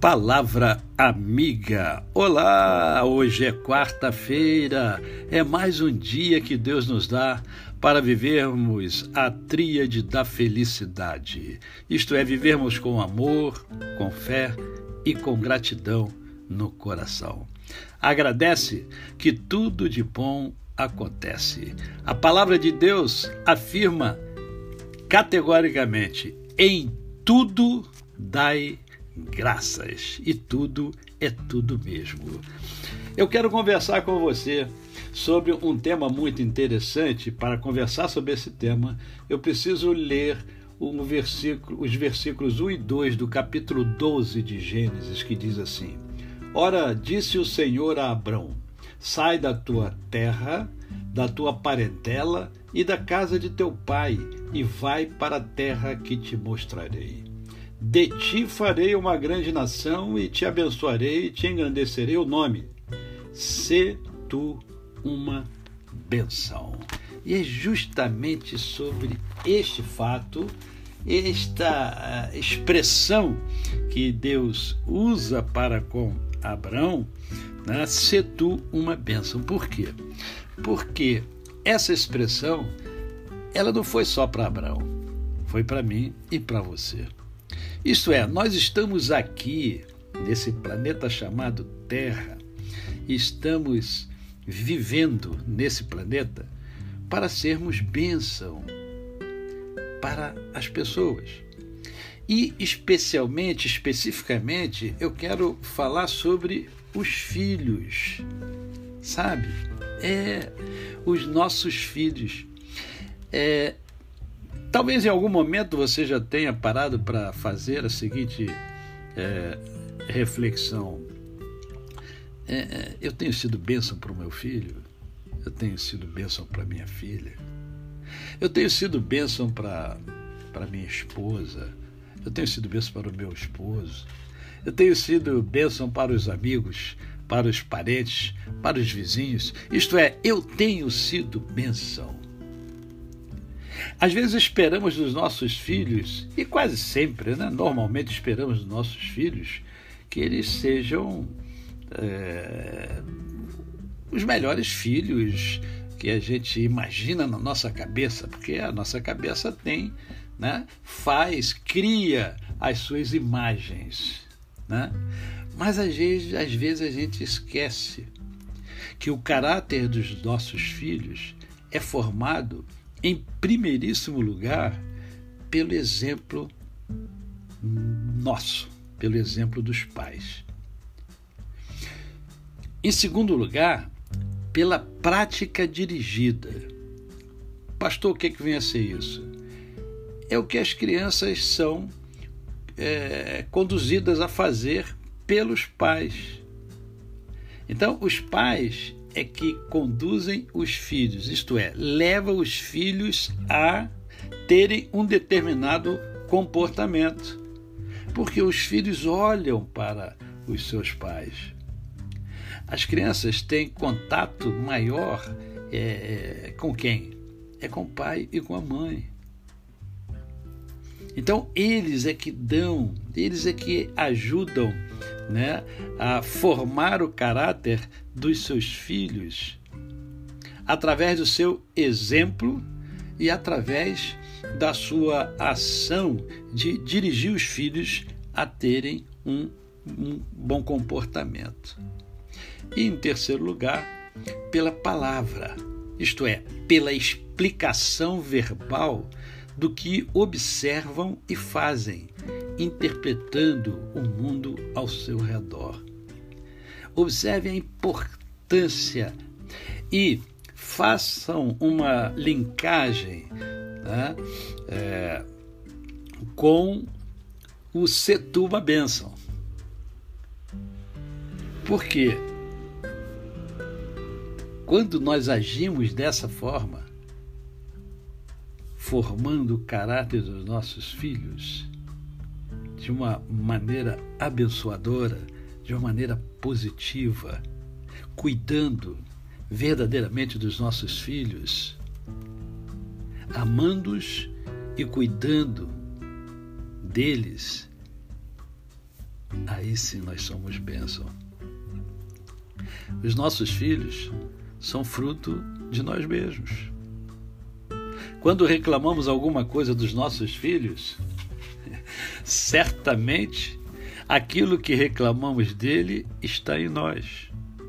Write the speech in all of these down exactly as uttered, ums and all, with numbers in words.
Palavra amiga. Olá, hoje é quarta-feira, é mais um dia que Deus nos dá para vivermos a tríade da felicidade, isto é, vivermos com amor, com fé e com gratidão no coração. Agradece que tudo de bom acontece. A palavra de Deus afirma categoricamente: em tudo dai graças, e tudo é tudo mesmo. Eu quero conversar com você sobre um tema muito interessante. Para conversar sobre esse tema, eu preciso ler um versículo, os versículos um e dois do capítulo doze de Gênesis, que diz assim: Ora, disse o Senhor a Abrão: sai da tua terra, da tua parentela e da casa de teu pai, e vai para a terra que te mostrarei. De ti farei uma grande nação, e te abençoarei, e te engrandecerei o nome. Sê tu uma bênção. E é justamente sobre este fato, esta expressão que Deus usa para com Abrão, né? Sê tu uma bênção. Por quê? Porque essa expressão, ela não foi só para Abrão, foi para mim e para você. Isto é, nós estamos aqui, nesse planeta chamado Terra, estamos vivendo nesse planeta para sermos bênção para as pessoas. E especialmente, especificamente, eu quero falar sobre os filhos, sabe? É, os nossos filhos. É, talvez em algum momento você já tenha parado para fazer a seguinte é, reflexão. É, é, eu tenho sido bênção para o meu filho? Eu tenho sido bênção para minha filha? Eu tenho sido bênção para para minha esposa? Eu tenho sido bênção para o meu esposo? Eu tenho sido bênção para os amigos, para os parentes, para os vizinhos? Isto é, eu tenho sido bênção. Às vezes esperamos dos nossos filhos, e quase sempre, né, normalmente esperamos dos nossos filhos, que eles sejam é, os melhores filhos que a gente imagina na nossa cabeça, porque a nossa cabeça tem, né, faz, cria as suas imagens, né? Mas às vezes, às vezes a gente esquece que o caráter dos nossos filhos é formado em primeiríssimo lugar pelo exemplo nosso, pelo exemplo dos pais. Em segundo lugar, pela prática dirigida. Pastor, o que, é que vem a ser isso? É o que as crianças são é, conduzidas a fazer pelos pais. Então, os pais é que conduzem os filhos, isto é, leva os filhos a terem um determinado comportamento, porque os filhos olham para os seus pais. As crianças têm contato maior é, com quem? É com o pai e com a mãe. Então, eles é que dão, eles é que ajudam, né, a formar o caráter dos seus filhos através do seu exemplo e através da sua ação de dirigir os filhos a terem um, um bom comportamento. E, em terceiro lugar, pela palavra, isto é, pela explicação verbal do que observam e fazem, interpretando o mundo ao seu redor. Observe a importância e façam uma linkagem, né, é, com o Sê tu uma bênção. Por quê? Quando nós agimos dessa forma, formando o caráter dos nossos filhos de uma maneira abençoadora, de uma maneira positiva, cuidando verdadeiramente dos nossos filhos, amando-os e cuidando deles, aí sim nós somos bênção. Os nossos filhos são fruto de nós mesmos. Quando reclamamos alguma coisa dos nossos filhos, certamente aquilo que reclamamos dele está em nós.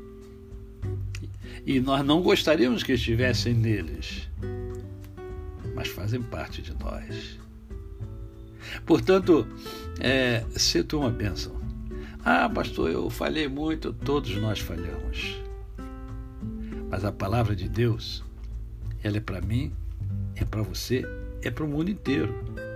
E nós não gostaríamos que estivessem neles, mas fazem parte de nós. Portanto, é, se tu uma bênção. Ah, pastor, eu falhei muito, todos nós falhamos. Mas a palavra de Deus, ela é para mim, é para você, é para o mundo inteiro.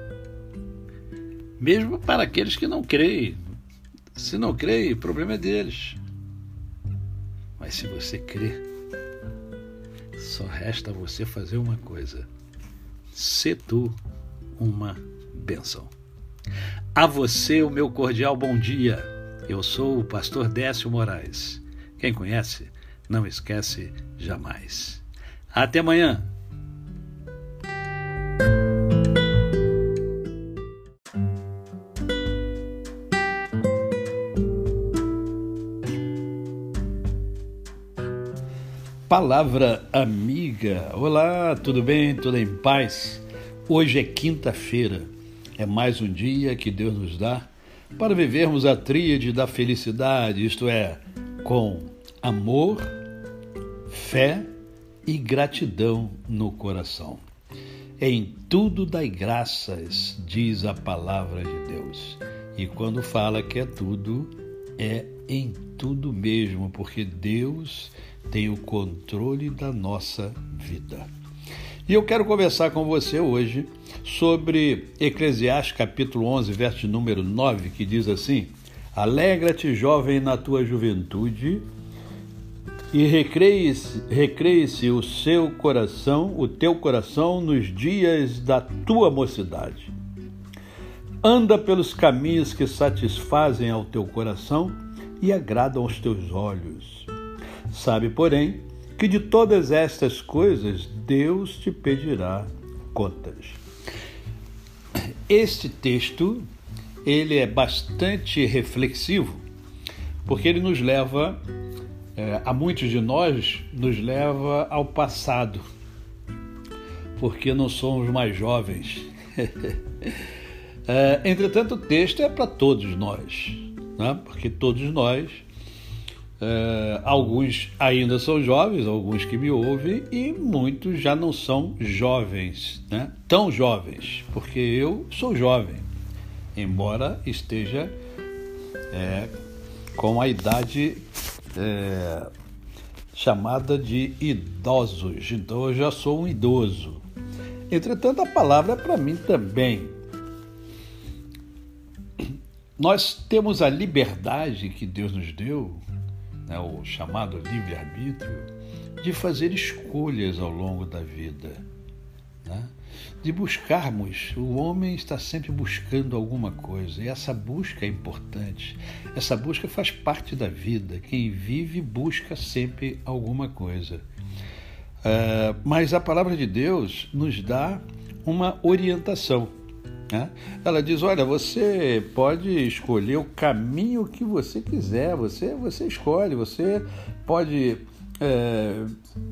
Mesmo para aqueles que não creem. Se não creem, o problema é deles. Mas se você crê, só resta você fazer uma coisa: ser tu uma bênção. A você o meu cordial bom dia. Eu sou o pastor Décio Moraes. Quem conhece, não esquece jamais. Até amanhã. Palavra amiga. Olá, tudo bem? Tudo em paz? Hoje é quinta-feira. É mais um dia que Deus nos dá para vivermos a tríade da felicidade, isto é, com amor, fé e gratidão no coração. Em tudo dai graças, diz a palavra de Deus. E quando fala que é tudo, é em tudo mesmo, porque Deus tem o controle da nossa vida. E eu quero conversar com você hoje sobre Eclesiastes capítulo onze, verso número nove, que diz assim: alegra-te, jovem, na tua juventude, e recreie-se, recreie-se o seu coração, o teu coração nos dias da tua mocidade. Anda pelos caminhos que satisfazem ao teu coração e agradam aos teus olhos. Sabe, porém, que de todas estas coisas Deus te pedirá contas. Este texto, ele é bastante reflexivo, porque ele nos leva, é, a muitos de nós, nos leva ao passado, porque não somos mais jovens. é, entretanto, o texto é para todos nós, né? Porque todos nós, é, alguns ainda são jovens, alguns que me ouvem, e muitos já não são jovens, né? Tão jovens, porque eu sou jovem, embora esteja é, com a idade é, chamada de idosos, então eu já sou um idoso. Entretanto, a palavra é para mim também. Nós temos a liberdade que Deus nos deu, né, o chamado livre-arbítrio, de fazer escolhas ao longo da vida, né? De buscarmos. O homem está sempre buscando alguma coisa, e essa busca é importante. Essa busca faz parte da vida. Quem vive busca sempre alguma coisa. Uh, mas a palavra de Deus nos dá uma orientação, né? Ela diz: olha, você pode escolher o caminho que você quiser, você, você escolhe, você pode é,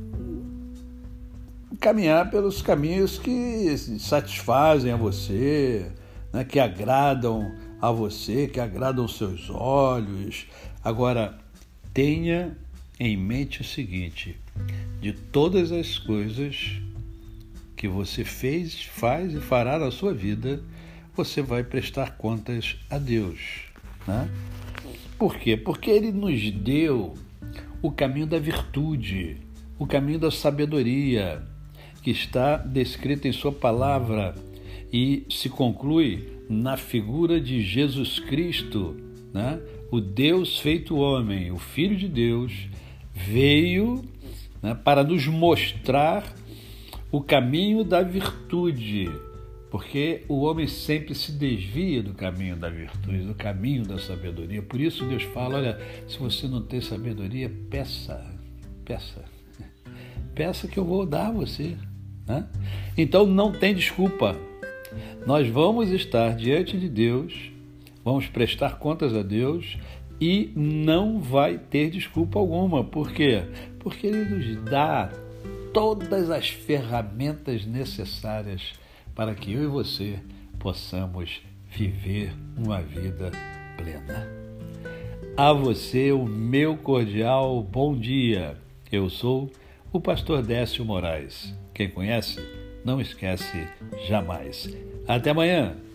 caminhar pelos caminhos que satisfazem a você, né, que agradam a você, que agradam os seus olhos. Agora, tenha em mente o seguinte: de todas as coisas que você fez, faz e fará na sua vida, você vai prestar contas a Deus, né? Por quê? Porque Ele nos deu o caminho da virtude, o caminho da sabedoria, que está descrito em sua palavra e se conclui na figura de Jesus Cristo, né? O Deus feito homem, o Filho de Deus, veio, né, para nos mostrar o caminho da virtude, porque o homem sempre se desvia do caminho da virtude, do caminho da sabedoria. Por isso Deus fala: olha, se você não tem sabedoria, peça, peça, peça que eu vou dar a você, né? Então não tem desculpa. Nós vamos estar diante de Deus, vamos prestar contas a Deus e não vai ter desculpa alguma. Por quê? Porque Ele nos dá todas as ferramentas necessárias para que eu e você possamos viver uma vida plena. A você o meu cordial bom dia. Eu sou o pastor Décio Moraes. Quem conhece, não esquece jamais. Até amanhã.